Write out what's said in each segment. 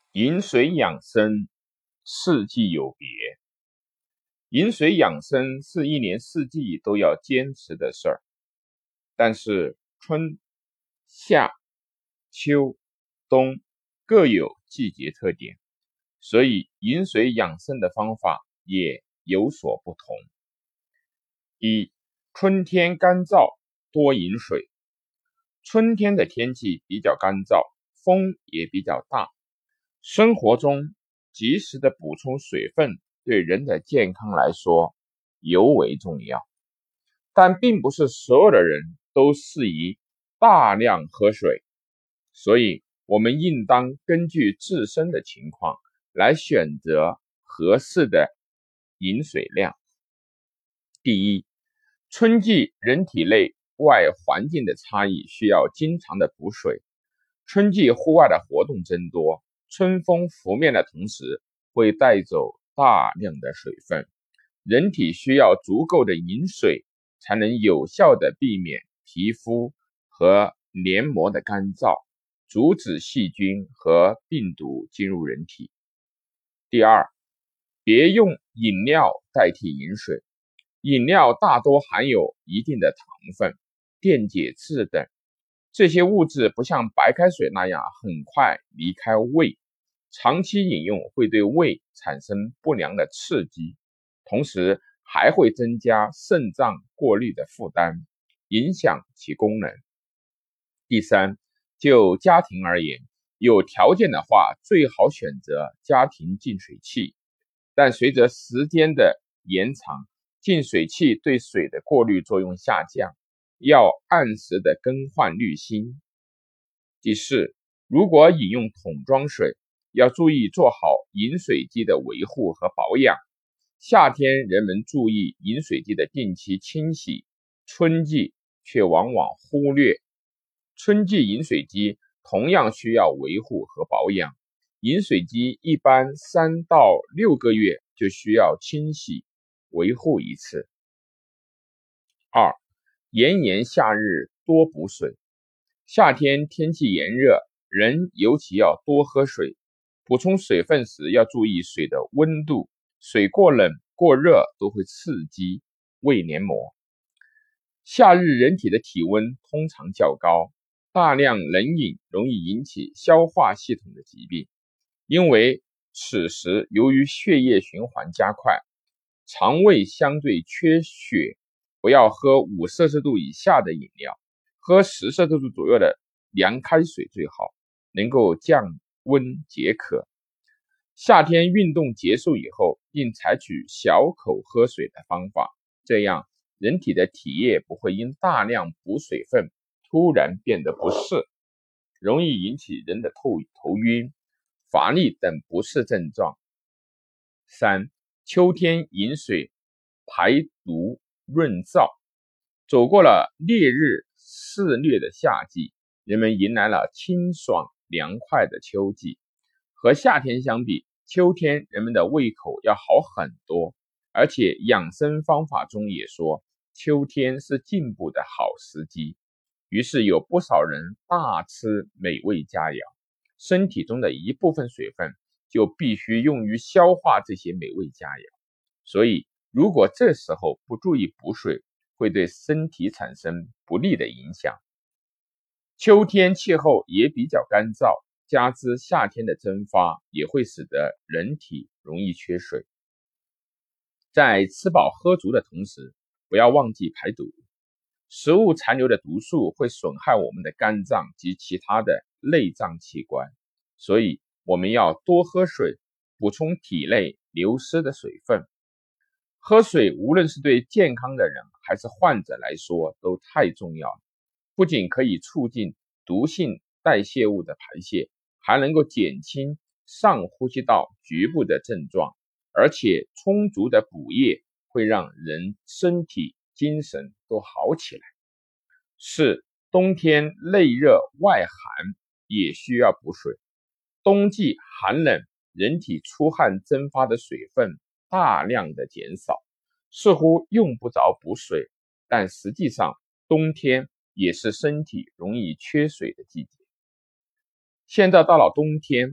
饮水养生，四季有别。饮水养生是一年四季都要坚持的事儿，但是春、夏、秋、冬各有季节特点，所以饮水养生的方法也有所不同。一、春天干燥，多饮水。春天的天气比较干燥，风也比较大，生活中及时的补充水分对人的健康来说尤为重要，但并不是所有的人都适宜大量喝水，所以我们应当根据自身的情况来选择合适的饮水量。第一，春季人体内外环境的差异需要经常的补水，春季户外的活动增多，春风拂面的同时会带走大量的水分，人体需要足够的饮水才能有效的避免皮肤和黏膜的干燥，阻止细菌和病毒进入人体。第二，别用饮料代替饮水，饮料大多含有一定的糖分、电解质等，这些物质不像白开水那样很快离开胃，长期饮用会对胃产生不良的刺激，同时还会增加肾脏过滤的负担，影响其功能。第三，就家庭而言，有条件的话，最好选择家庭净水器，但随着时间的延长，净水器对水的过滤作用下降，要按时的更换滤芯。第四，如果饮用桶装水，要注意做好饮水机的维护和保养。夏天人们注意饮水机的定期清洗，春季却往往忽略。春季饮水机同样需要维护和保养，饮水机一般3到6个月就需要清洗维护一次。二、炎炎夏日多补水。夏天天气炎热，人尤其要多喝水，补充水分时要注意水的温度，水过冷过热都会刺激胃黏膜。夏日人体的体温通常较高，大量冷饮容易引起消化系统的疾病，因为此时由于血液循环加快，肠胃相对缺血，不要喝5摄氏度以下的饮料，喝10摄氏度左右的凉开水最好，能够降温解渴。夏天运动结束以后，并采取小口喝水的方法，这样人体的体液不会因大量补水分突然变得不适，容易引起人的头晕、乏力等不适症状。三、秋天饮水排毒润燥。走过了烈日肆虐的夏季，人们迎来了清爽凉快的秋季。和夏天相比，秋天人们的胃口要好很多，而且养生方法中也说，秋天是进补的好时机。于是有不少人大吃美味佳肴，身体中的一部分水分就必须用于消化这些美味佳肴，所以如果这时候不注意补水，会对身体产生不利的影响。秋天气候也比较干燥，加之夏天的蒸发，也会使得人体容易缺水。在吃饱喝足的同时，不要忘记排毒。食物残留的毒素会损害我们的肝脏及其他的内脏器官，所以我们要多喝水，补充体内流失的水分。喝水无论是对健康的人还是患者来说都太重要了，不仅可以促进毒性代谢物的排泄，还能够减轻上呼吸道局部的症状，而且充足的补液会让人身体精神都好起来。是冬天内热外寒也需要补水。冬季寒冷，人体出汗蒸发的水分大量的减少，似乎用不着补水，但实际上冬天也是身体容易缺水的季节。现在到了冬天，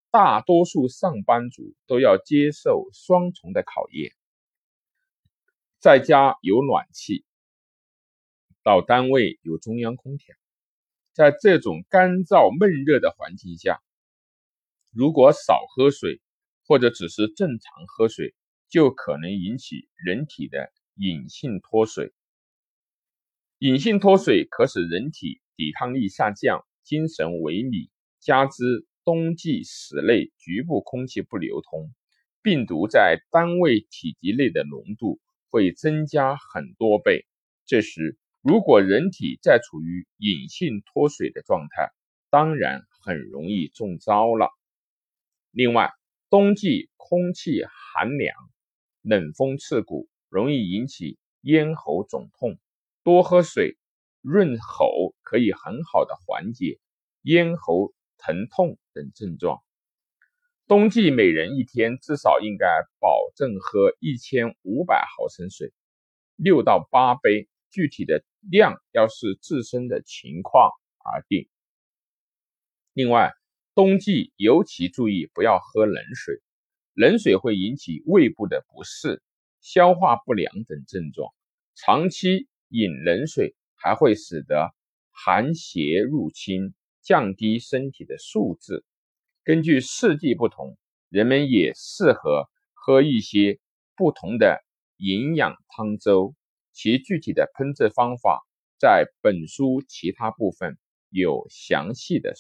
大多数上班族都要接受双重的考验，在家有暖气，到单位有中央空调。在这种干燥闷热的环境下，如果少喝水或者只是正常喝水，就可能引起人体的隐性脱水。隐性脱水可使人体抵抗力下降，精神萎靡，加之冬季室内局部空气不流通，病毒在单位体积内的浓度会增加很多倍。这时，如果人体在处于隐性脱水的状态，当然很容易中招了。另外，冬季空气寒凉，冷风刺骨，容易引起咽喉肿痛。多喝水润喉可以很好的缓解咽喉疼痛等症状。冬季每人一天至少应该保证喝1500毫升水，6到8杯，具体的量要视自身的情况而定。另外，冬季尤其注意不要喝冷水，冷水会引起胃部的不适、消化不良等症状。长期饮冷水还会使得寒邪入侵，降低身体的素质。根据四季不同，人们也适合喝一些不同的营养汤粥，其具体的烹制方法在本书其他部分有详细的